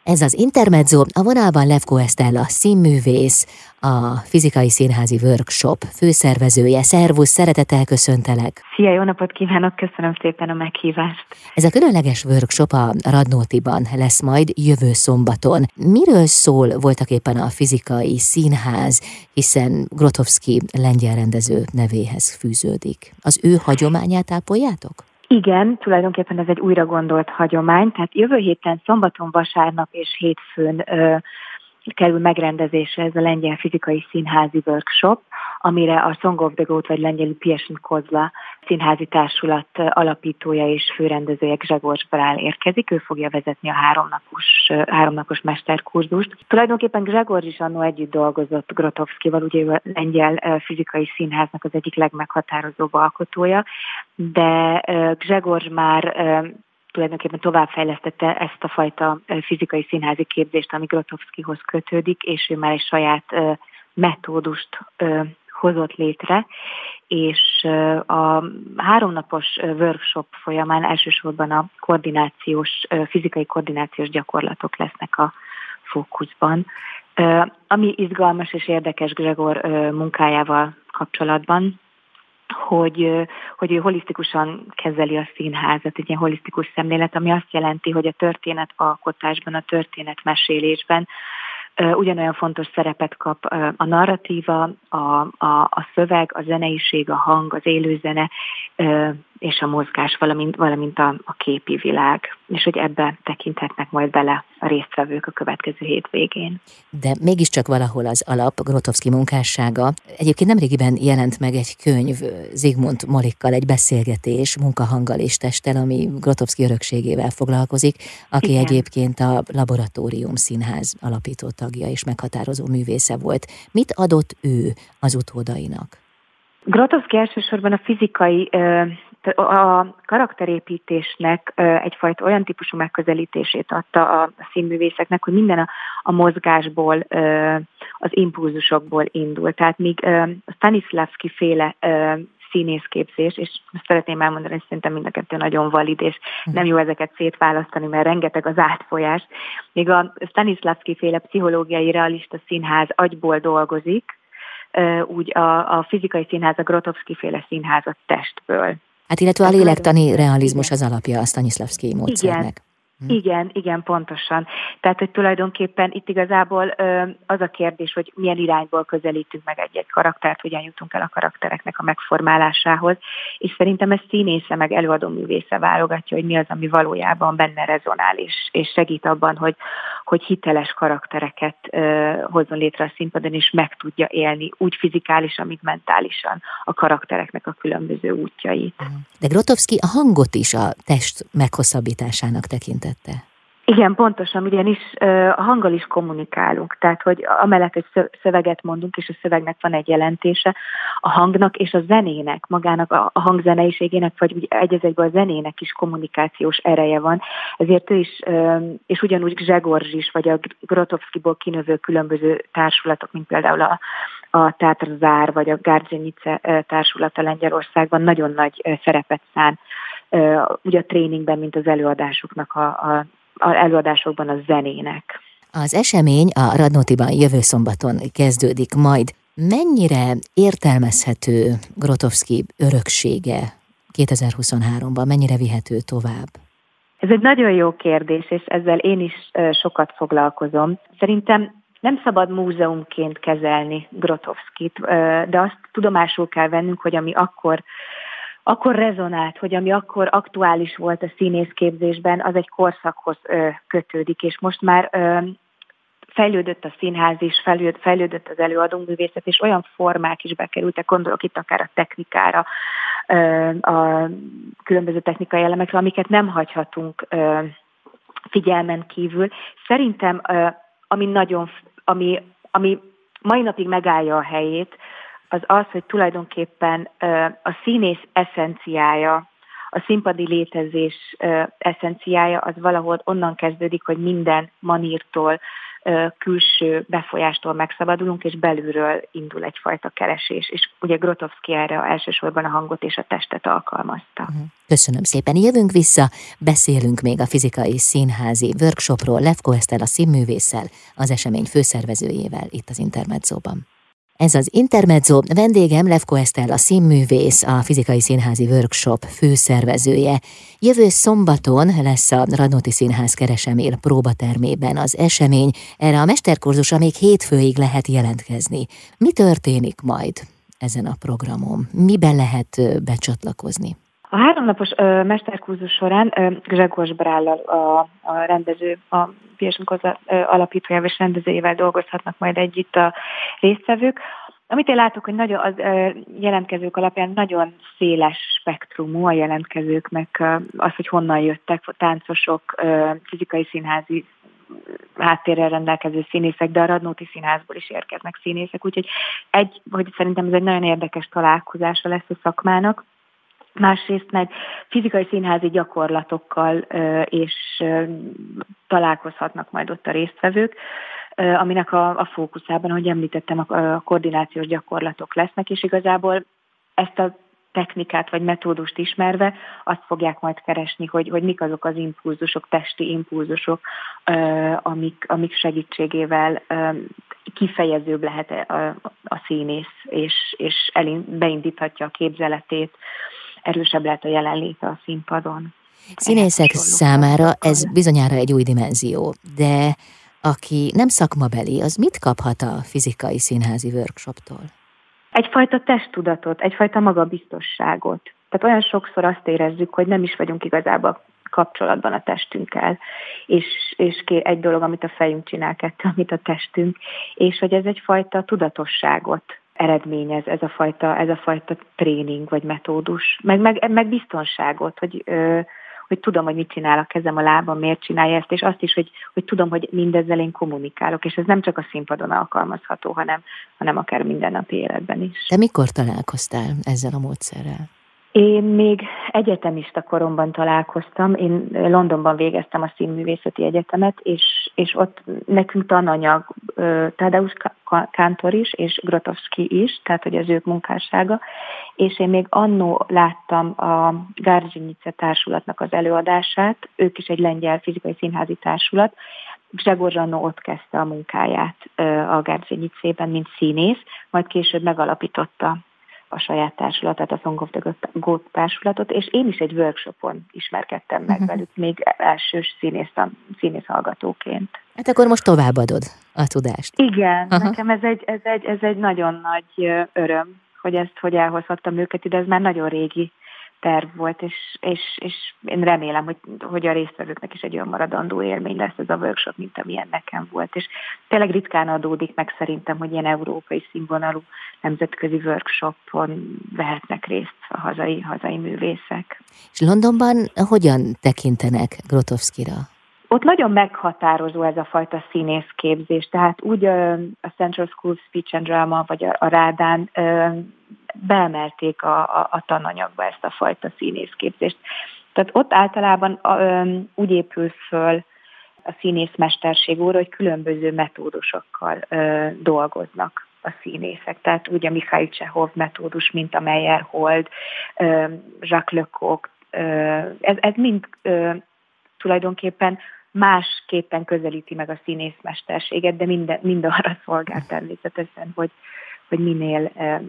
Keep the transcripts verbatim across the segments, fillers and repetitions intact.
Ez az Intermezzo, a vonalban Levko Esztella, színművész, a Fizikai Színházi Workshop főszervezője. Szervusz, szeretettel köszöntelek! Szia, jó napot kívánok, köszönöm szépen a meghívást! Ez a különleges workshop a Radnótiban lesz majd jövő szombaton. Miről szól voltak éppen a Fizikai Színház, hiszen Grotowski lengyel rendező nevéhez fűződik? Az ő hagyományát ápoljátok? Igen, tulajdonképpen ez egy újra gondolt hagyomány, tehát jövő héten szombaton, vasárnap és hétfőn ö, kerül megrendezésre ez a lengyel fizikai színházi workshop, amire a Song of the Goat vagy lengyeli Piesn Kozla színházi társulat alapítója és főrendezője Grzegorz Brál érkezik, ő fogja vezetni a háromnapos, háromnapos mesterkurzust. Tulajdonképpen Grzegorz is annó együtt dolgozott Grotowskival, ugye ő a lengyel fizikai színháznak az egyik legmeghatározóbb alkotója, de Grzegorz már tulajdonképpen továbbfejlesztette ezt a fajta fizikai színházi képzést, ami Grotowskihoz kötődik, és ő már egy saját metódust hozott létre, és a háromnapos workshop folyamán elsősorban a koordinációs, fizikai koordinációs gyakorlatok lesznek a fókuszban. Ami izgalmas és érdekes Grzegor munkájával kapcsolatban, hogy, hogy ő holisztikusan kezeli a színházat, egy ilyen holisztikus szemlélet, ami azt jelenti, hogy a történetalkotásban, a történetmesélésben ugyanolyan fontos szerepet kap a narratíva, a, a, a szöveg, a zeneiség, a hang, az élőzene és a mozgás, valamint, valamint a, a képi világ. És hogy ebbe tekinthetnek majd bele a résztvevők a következő hétvégén. De mégiscsak valahol az alap Grotowski munkássága. Egyébként nemrégiben jelent meg egy könyv Zsigmond Molikkal, egy beszélgetés munkahanggal és testtel, ami Grotowski örökségével foglalkozik, aki Igen. egyébként a Laboratórium Színház alapító tagja és meghatározó művésze volt. Mit adott ő az utódainak? Grotowski elsősorban a fizikai, a karakterépítésnek egyfajta olyan típusú megközelítését adta a színművészeknek, hogy minden a, a mozgásból, az impulzusokból indul. Tehát míg a Stanislavski féle színészképzés, és azt szeretném elmondani, hogy szerintem mind a kettő nagyon valid, és nem jó ezeket szétválasztani, mert rengeteg az átfolyás. Míg a Stanislavski féle pszichológiai realista színház agyból dolgozik, úgy a, a fizikai színház, a Grotowski féle színház a testből. Hát illetve a lélektani realizmus az alapja a Stanislavski módszernek. Igen. Hm. Igen, igen, pontosan. Tehát, hogy tulajdonképpen itt igazából az a kérdés, hogy milyen irányból közelítünk meg egy-egy karaktert, hogyan jutunk el a karaktereknek a megformálásához, és szerintem ez színésze meg előadó művésze válogatja, hogy mi az, ami valójában benne rezonál, és, és segít abban, hogy, hogy hiteles karaktereket uh, hozzon létre a színpadon, és meg tudja élni úgy fizikálisan, mint mentálisan a karaktereknek a különböző útjait. De Grotowski a hangot is a test meghosszabbításának tekintette. Igen, pontosan, ugyanis a hanggal is kommunikálunk, tehát hogy amellett, hogy szöveget mondunk, és a szövegnek van egy jelentése, a hangnak és a zenének, magának a hang zeneiségének, vagy úgy egy egyben a zenének is kommunikációs ereje van, ezért ő is, és ugyanúgy Grzegorz is, vagy a Grotowskiból kinövő különböző társulatok, mint például a a Teatr Zár, vagy a Gardzsenice társulata Lengyelországban nagyon nagy szerepet szán, ugye a tréningben, mint az előadásoknak, a, a, a előadásokban a zenének. Az esemény a Radnótiban jövő szombaton kezdődik majd. Mennyire értelmezhető Grotowski öröksége kétezer-huszonháromban, mennyire vihető tovább? Ez egy nagyon jó kérdés, és ezzel én is sokat foglalkozom. Szerintem nem szabad múzeumként kezelni Grotowskit, de azt tudomásul kell vennünk, hogy ami akkor, akkor rezonált, hogy ami akkor aktuális volt a színészképzésben, az egy korszakhoz kötődik, és most már fejlődött a színház is, fejlődött az előadóművészet, és olyan formák is bekerültek, gondolok itt akár a technikára, a különböző technikai elemekre, amiket nem hagyhatunk figyelmen kívül. Szerintem ami nagyon, ami, ami mai napig megállja a helyét, az az, hogy tulajdonképpen a színész eszenciája, a színpadi létezés eszenciája az valahol onnan kezdődik, hogy minden manírtól külső befolyástól megszabadulunk, és belülről indul egyfajta keresés. És ugye Grotowski erre elsősorban a hangot és a testet alkalmazta. Köszönöm szépen. Jövünk vissza, beszélünk még a fizikai színházi workshopról Levko Eszter a színművésszel, az esemény főszervezőjével itt az Intermedzóban. Ez az Intermezzo, vendégem Levko Eszter a színművész, a fizikai színházi workshop főszervezője. Jövő szombaton lesz a Radnóti Színház Keresemél próbatermében az esemény, erre a mesterkurzusra még hétfőig lehet jelentkezni. Mi történik majd ezen a programon? Miben lehet becsatlakozni? A háromnapos ö, mesterkurzus során ö, Grzegorz Brállal, a, a rendező, a Piesnikoza alapítójával és rendezőjével dolgozhatnak majd együtt a résztvevők. Amit én látok, hogy nagyon, az ö, jelentkezők alapján nagyon széles spektrumú a jelentkezőknek ö, az, hogy honnan jöttek, táncosok, ö, fizikai színházi háttérrel rendelkező színészek, de a Radnóti Színházból is érkeznek színészek, úgyhogy egy, hogy szerintem ez egy nagyon érdekes találkozása lesz a szakmának. Másrészt meg fizikai színházi gyakorlatokkal ö, és ö, találkozhatnak majd ott a résztvevők, ö, aminek a, a fókuszában, ahogy említettem, a, a koordinációs gyakorlatok lesznek, és igazából ezt a technikát vagy metódust ismerve azt fogják majd keresni, hogy, hogy mik azok az impulzusok, testi impulzusok, ö, amik, amik segítségével ö, kifejezőbb lehet a, a színész, és, és elin, beindíthatja a képzeletét, erősebb lehet a jelenléte a színpadon. Színészek számára ez bizonyára egy új dimenzió, de aki nem szakmabeli, az mit kaphat a fizikai színházi workshoptól? Egyfajta testtudatot, egyfajta magabiztosságot. Tehát olyan sokszor azt érezzük, hogy nem is vagyunk igazából kapcsolatban a testünkkel, és, és egy dolog, amit a fejünk csinál, kettő, amit a testünk, és hogy ez egyfajta tudatosságot eredményez, ez a fajta, ez a fajta tréning vagy metódus, meg, meg, meg biztonságot, hogy, ö, hogy tudom, hogy mit csinál a kezem, a lábam, miért csinálja ezt, és azt is, hogy, hogy tudom, hogy mindezzel én kommunikálok, és ez nem csak a színpadon alkalmazható, hanem, hanem akár mindennapi életben is. Te mikor találkoztál ezzel a módszerrel? Én még egyetemista koromban találkoztam, én Londonban végeztem a színművészeti egyetemet, és, és ott nekünk tananyag Tadeusz Kantor is, és Grotowski is, tehát hogy az ők munkássága, és én még annó láttam a Garzsinice társulatnak az előadását, ők is egy lengyel fizikai színházi társulat, Grzegorz annó ott kezdte a munkáját a Garzsinicében, mint színész, majd később megalapította a saját társulatát, a Song of the God társulatot, és én is egy workshopon ismerkedtem meg uh-huh. velük, még elsős színész, színész hallgatóként. Hát akkor most továbbadod a tudást. Igen, uh-huh. nekem ez egy, ez, egy, ez egy nagyon nagy öröm, hogy ezt, hogy elhozhattam őket ide, ez már nagyon régi terv volt, és, és, és én remélem, hogy, hogy a résztvevőknek is egy olyan maradandó élmény lesz ez a workshop, mint amilyen nekem volt. És tényleg ritkán adódik meg szerintem, hogy ilyen európai színvonalú nemzetközi workshopon vehetnek részt a hazai, hazai művészek. És Londonban hogyan tekintenek Grotowskira? Ott nagyon meghatározó ez a fajta színészképzés, tehát úgy a Central School of Speech and Drama, vagy a, a Rádán beemelték a, a, a tananyagba ezt a fajta színészképzést. Tehát ott általában úgy épül föl a színészmesterség óra, hogy különböző metódusokkal dolgoznak a színészek. Tehát úgy a Mikhail Csehov metódus, mint a Meyerhold, Jacques Lecoq, ez, ez mind tulajdonképpen másképpen közelíti meg a színészmesterséget, de minden, mind arra szolgál természetesen, hogy, hogy minél e,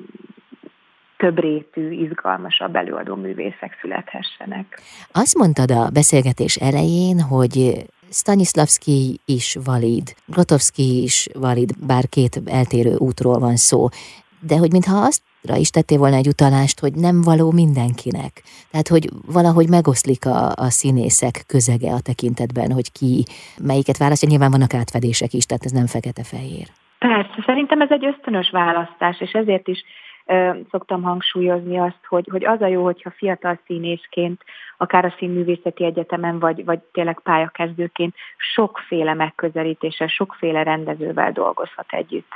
több rétű, izgalmasabb előadó művészek születhessenek. Azt mondtad a beszélgetés elején, hogy Stanislavski is valid, Grotowski is valid, bár két eltérő útról van szó, de hogy mintha azt is tettél volna egy utalást, hogy nem való mindenkinek. Tehát, hogy valahogy megoszlik a, a színészek közege a tekintetben, hogy ki melyiket választja. Nyilván vannak átfedések is, tehát ez nem fekete-fehér. Persze, szerintem ez egy ösztönös választás, és ezért is ö, szoktam hangsúlyozni azt, hogy, hogy az a jó, hogyha fiatal színészként, akár a Színművészeti Egyetemen, vagy, vagy tényleg pályakezdőként sokféle megközelítéssel, sokféle rendezővel dolgozhat együtt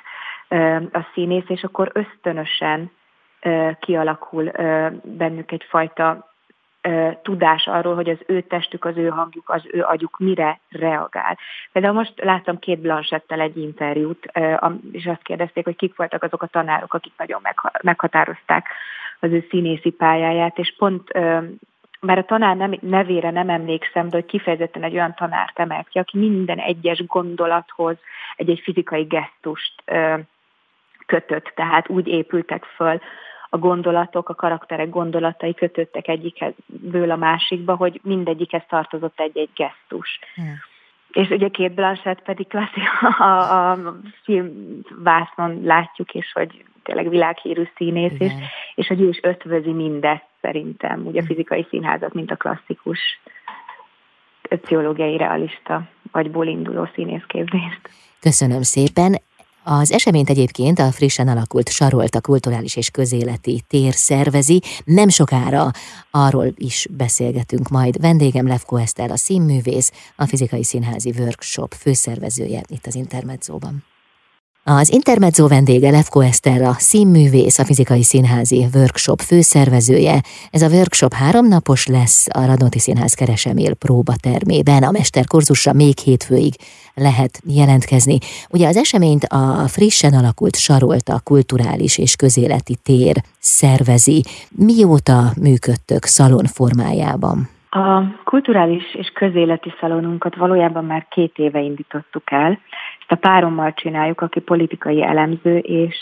a színész, és akkor ösztönösen kialakul bennük egyfajta tudás arról, hogy az ő testük, az ő hangjuk, az ő agyuk mire reagál. Például most láttam Cate Blanchettel egy interjút, és azt kérdezték, hogy kik voltak azok a tanárok, akik nagyon meghatározták az ő színészi pályáját, és pont, bár a tanár nem, nevére nem emlékszem, de hogy kifejezetten egy olyan tanárt emelt ki, aki minden egyes gondolathoz egy-egy fizikai gesztust kötött, tehát úgy épültek föl a gondolatok, a karakterek gondolatai kötöttek egyikből a másikba, hogy mindegyikhez tartozott egy-egy gesztus. Hmm. És ugye Cate Blanchett pedig klasszik, a, a filmvásznon látjuk is, hogy tényleg világhírű színész is, és hogy ő is ötvözi mindezt szerintem, ugye a fizikai színházat, mint a klasszikus pszichológiai realista agyból induló színészképzést. Köszönöm szépen. Az eseményt egyébként a frissen alakult Sarolta Kulturális és Közéleti Tér szervezi. Nem sokára arról is beszélgetünk majd. Vendégem Levko Eszter, a színművész, a Fizikai Színházi Workshop főszervezője itt az Intermedzóban. Az Intermezzo vendége Levko Eszter, a színművész, a Fizikai Színházi Workshop főszervezője. Ez a workshop háromnapos lesz a Radnóti Színház Keresemél próbatermében. A mesterkurzusra még hétfőig lehet jelentkezni. Ugye az eseményt a frissen alakult Sarolta Kulturális és Közéleti Tér szervezi. Mióta működtök szalon formájában? A kulturális és közéleti szalonunkat valójában már két éve indítottuk el. Ezt a párommal csináljuk, aki politikai elemző, és,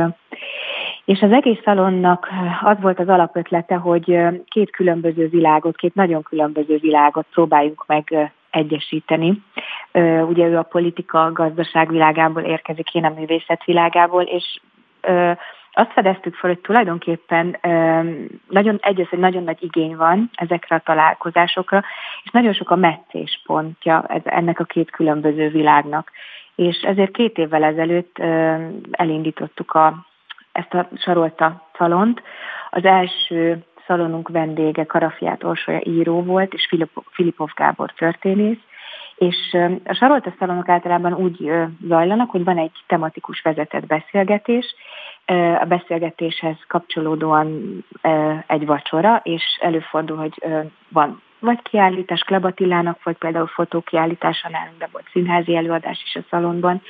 és az egész szalonnak az volt az alapötlete, hogy két különböző világot, két nagyon különböző világot próbáljunk meg egyesíteni. Ugye ő a politika, a gazdaság világából érkezik, én a művészet világából, és azt fedeztük fel, hogy tulajdonképpen nagyon, egyrészt egy nagyon nagy igény van ezekre a találkozásokra, és nagyon sok a meccéspontja ennek a két különböző világnak. És ezért két évvel ezelőtt elindítottuk a, ezt a Sarolta szalont. Az első szalonunk vendége Karafiát Orsolya író volt, és Filipov Gábor történész, és a Sarolta szalonok általában úgy zajlanak, hogy van egy tematikus vezetett beszélgetés, a beszélgetéshez kapcsolódóan egy vacsora, és előfordul, hogy van vagy kiállítás, Kleb Attilának volt például fotókiállítása nálunk, de volt színházi előadás is a szalonban,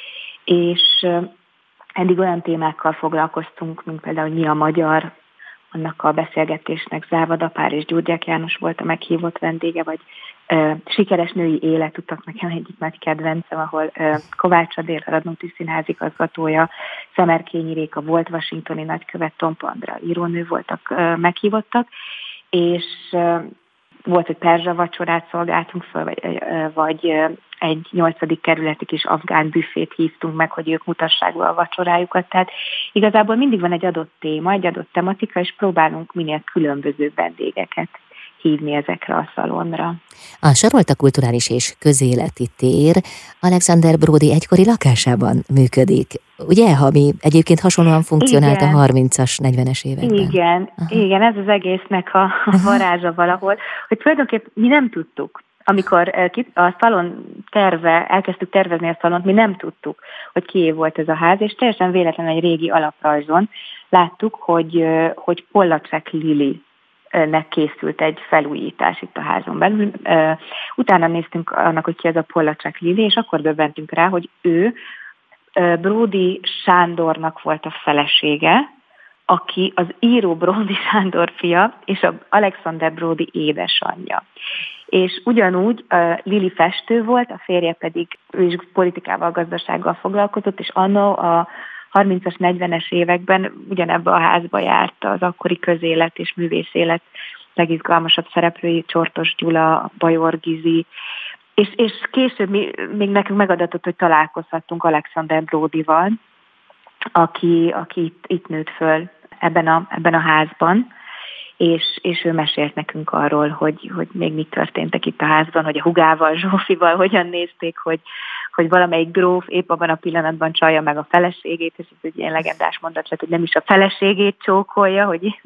és eddig olyan témákkal foglalkoztunk, mint például Mi a magyar, annak a beszélgetésnek Závada Pár és Gyurgyák János volt a meghívott vendége, vagy uh, Sikeres női életutak, nekem egyik nagy kedvencem, ahol uh, Kovács Adél, a Radnóti Színház igazgatója, Szemerkényi Réka volt, washingtoni nagykövet, Tompa Andrea írónő voltak uh, meghívottak, és uh, volt, hogy perzsa vacsorát szolgáltunk föl, vagy, uh, vagy uh, egy nyolcadik kerületi kis afgán büfét hívtunk meg, hogy ők mutassák be a vacsorájukat. Tehát igazából mindig van egy adott téma, egy adott tematika, és próbálunk minél különböző vendégeket hívni ezekre a szalonra. A Sarolta Kulturális és Közéleti Tér Alexander Bródy egykori lakásában működik, ugye? Ami egyébként hasonlóan funkcionált igen. a harmincas, negyvenes években. Igen, igen, ez az egésznek a, a varázsa valahol, hogy tulajdonképpen mi nem tudtuk. Amikor a szalon terve, elkezdtük tervezni a szalont, mi nem tudtuk, hogy kié volt ez a ház, és teljesen véletlenül egy régi alaprajzon láttuk, hogy, hogy Pollacsek Lilinek készült egy felújítás itt a házon belül. Utána néztünk annak, hogy ki ez a Pollacsek Lili, és akkor döbbentünk rá, hogy ő Bródy Sándornak volt a felesége, aki az író Bródy Sándor fia, és a Alexander Bródy édesanyja. És ugyanúgy uh, Lili festő volt, a férje pedig ő is politikával, gazdasággal foglalkozott, és anno a harmincas, negyvenes években ugyanebbe a házba járt az akkori közélet és művészélet legizgalmasabb szereplői, Csortos Gyula, Bajor Gizi, és, és később mi, még nekünk megadatott, hogy találkozhattunk Alexander Bródyval, aki, aki itt, itt nőtt föl ebben a, ebben a házban, és, és ő mesélt nekünk arról, hogy, hogy még mi történtek itt a házban, hogy a hugával, Zsófival hogyan nézték, hogy, hogy valamelyik gróf épp abban a pillanatban csalja meg a feleségét, és ez egy ilyen legendás mondat lett, hogy nem is a feleségét csókolja, hogy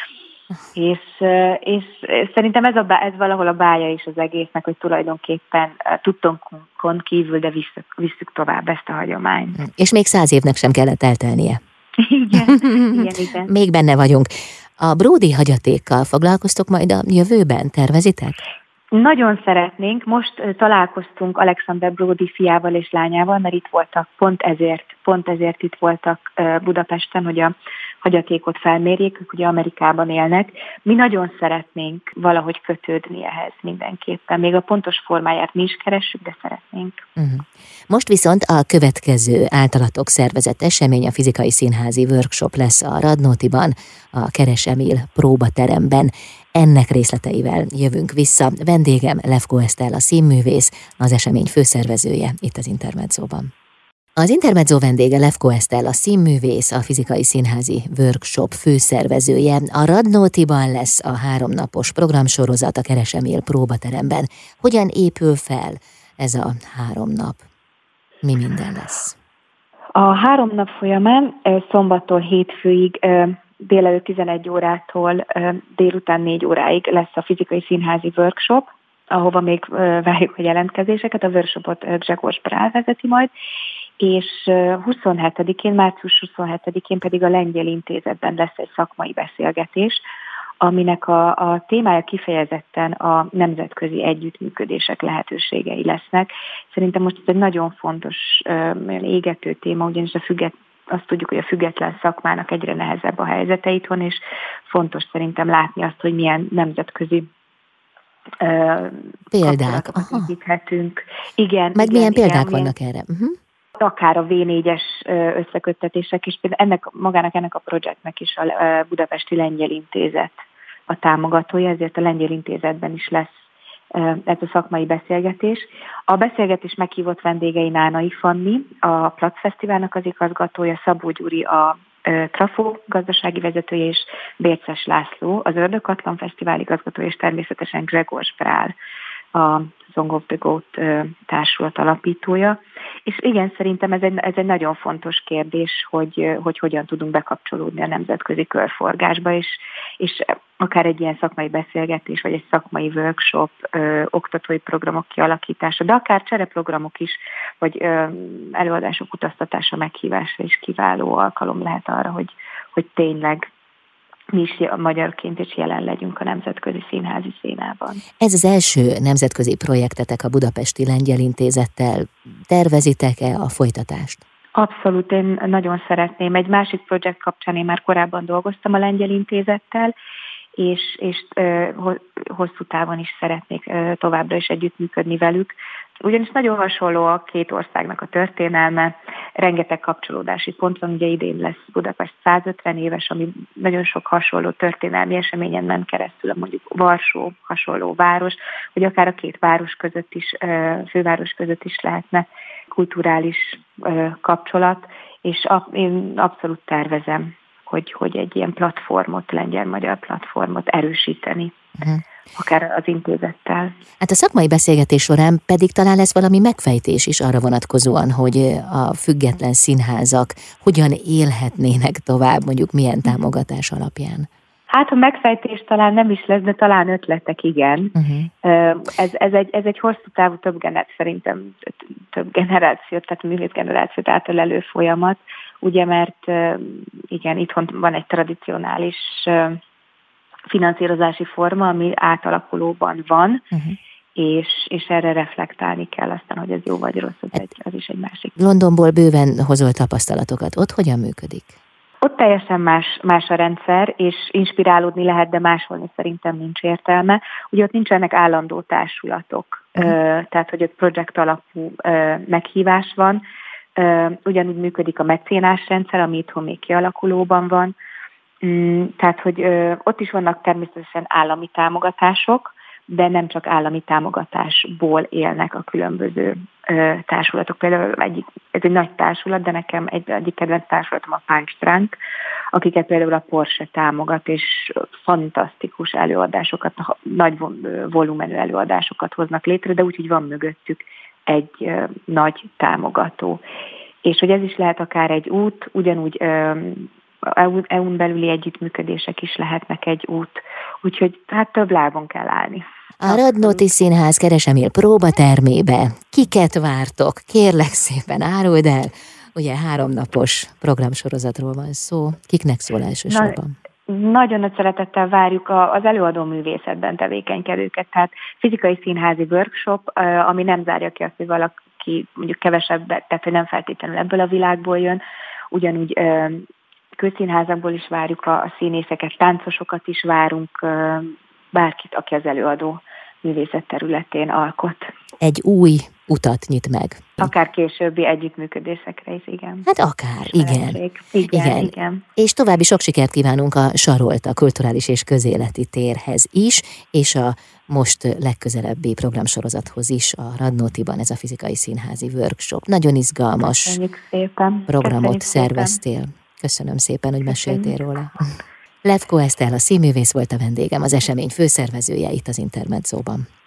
és, és szerintem ez, a, ez valahol a bája is az egésznek, hogy tulajdonképpen tudtonkon kívül, de visszük, visszük tovább ezt a hagyományt. És még száz évnek sem kellett eltelnie. Igen, igen, igen. Még benne vagyunk. A Bródy hagyatékkal foglalkoztok majd a jövőben? Tervezitek? Nagyon szeretnénk. Most uh, találkoztunk Alexander Bródy fiával és lányával, mert itt voltak, pont ezért, pont ezért itt voltak uh, Budapesten, hogy a hagyatékot felmérjék, ők ugye Amerikában élnek. Mi nagyon szeretnénk valahogy kötődni ehhez mindenképpen. Még a pontos formáját mi is keressük, de szeretnénk. Uh-huh. Most viszont a következő általatok szervezett esemény, a fizikai színházi workshop lesz a Radnótiban, a Keres Emil próbateremben. Ennek részleteivel jövünk vissza. Vendégem Levko Eszter, a színművész, az esemény főszervezője itt az Intermedzóban. Az Intermedzó vendége Levko Eszter, a színművész, a fizikai színházi workshop főszervezője. A Radnótiban lesz a háromnapos programsorozat a Keres Emil próbateremben. Hogyan épül fel ez a három nap? Mi minden lesz? A három nap folyamán szombattól hétfőig délelőtt tizenegy órától délután négy óráig lesz a fizikai színházi workshop, ahova még várjuk a jelentkezéseket. A workshopot Grzegorz Brál vezeti majd, és huszonhetedikén, március huszonhetedikén pedig a Lengyel Intézetben lesz egy szakmai beszélgetés, aminek a, a témája kifejezetten a nemzetközi együttműködések lehetőségei lesznek. Szerintem most ez egy nagyon fontos, olyan égető téma, ugyanis a függet, azt tudjuk, hogy a független szakmának egyre nehezebb a helyzete itthon, és fontos szerintem látni azt, hogy milyen nemzetközi uh, példák építhetünk. Igen, meg igen, milyen példák igen, vannak erre? Uh-huh. Akár a vé négyes összeköttetések is, például ennek, magának ennek a projektnek is a Budapesti Lengyel Intézet a támogatója, ezért a Lengyel Intézetben is lesz ez a szakmai beszélgetés. A beszélgetés meghívott vendégei Nánai Fanni, a Plac Fesztiválnak az igazgatója, Szabó Gyuri a Trafó gazdasági vezetője, és Bérces László, az Ördögkatlan Fesztivál igazgatója, és természetesen Grzegorz Brál, a Song of the Goat társulat alapítója. És igen, szerintem ez egy, ez egy nagyon fontos kérdés, hogy, hogy hogyan tudunk bekapcsolódni a nemzetközi körforgásba, és, és akár egy ilyen szakmai beszélgetés, vagy egy szakmai workshop, ö, oktatói programok kialakítása, de akár csereprogramok is, vagy ö, előadások utaztatása, meghívása is kiváló alkalom lehet arra, hogy, hogy tényleg mi is magyarként is jelen legyünk a nemzetközi színházi színában. Ez az első nemzetközi projektetek a Budapesti Lengyel Intézettel. Tervezitek-e a folytatást? Abszolút, én nagyon szeretném. Egy másik projekt kapcsán én már korábban dolgoztam a Lengyel Intézettel, és, és ö, hosszú távon is szeretnék ö, továbbra is együttműködni velük. Ugyanis nagyon hasonló a két országnak a történelme, rengeteg kapcsolódási pont van, ugye idén lesz Budapest százötven éves, ami nagyon sok hasonló történelmi eseményen ment keresztül, mondjuk Varsó hasonló város, hogy akár a két város között is, főváros között is lehetne kulturális kapcsolat, és én abszolút tervezem, hogy, hogy egy ilyen platformot, lengyel-magyar platformot erősíteni. Uh-huh. Akár az intézettel. Hát a szakmai beszélgetés során pedig talán lesz valami megfejtés is arra vonatkozóan, hogy a független színházak hogyan élhetnének tovább, mondjuk milyen támogatás alapján. Hát a megfejtés talán nem is lesz, de talán ötletek igen. Uh-huh. Ez, ez, egy, ez egy hosszú távú, több generáció, szerintem több generáció, tehát művész generációt átölelő folyamat, ugye mert igen, itthon van egy tradicionális finanszírozási forma, ami átalakulóban van, uh-huh. és, és erre reflektálni kell aztán, hogy ez jó vagy rossz, az, egy, az is egy másik. Londonból bőven hozol tapasztalatokat. Ott hogyan működik? Ott teljesen más, más a rendszer, és inspirálódni lehet, de másolni szerintem nincs értelme. Ugye ott nincsenek állandó társulatok, uh-huh. tehát hogy ott projekt alapú meghívás van. Ugyanúgy működik a mecénás rendszer, ami itthon még kialakulóban van. Tehát, hogy ott is vannak természetesen állami támogatások, de nem csak állami támogatásból élnek a különböző társulatok. Például egyik, ez egy nagy társulat, de nekem egy, egyik kedvenc társulatom a Punch-Drunk, akiket például a Porsche támogat, és fantasztikus előadásokat, nagy volumenű előadásokat hoznak létre, de úgy, hogy van mögöttük egy nagy támogató. És hogy ez is lehet akár egy út, ugyanúgy é u-n belüli együttműködések is lehetnek egy út, úgyhogy hát több lábon kell állni. A Radnóti Színház Keres Emil próbatermébe kiket vártok? Kérlek szépen, áruld el. Ugye háromnapos programsorozatról van szó. Kiknek szól elsősorban? Nagyon nagy szeretettel várjuk az előadó művészetben tevékenykedőket, tehát fizikai színházi workshop, ami nem zárja ki azt, hogy valaki mondjuk kevesebbet, tehát hogy nem feltétlenül ebből a világból jön, ugyanúgy közszínházakból is várjuk a színészeket, táncosokat is várunk, bárkit, aki az előadó művészet területén alkot. Egy új utat nyit meg. Akár későbbi együttműködésekre is, igen. Hát akár, igen. igen. Igen, igen. És további sok sikert kívánunk a Sarolt, a kulturális és közéleti térhez is, és a most legközelebbi programsorozathoz is, a Radnótiban ez a fizikai színházi workshop. Nagyon izgalmas Köszönjük szépen. programot Köszönjük szerveztél. Szépen. Köszönöm szépen, hogy meséltél róla. Levko Eszter, a színművész volt a vendégem, az esemény főszervezője itt az Intermedzóban.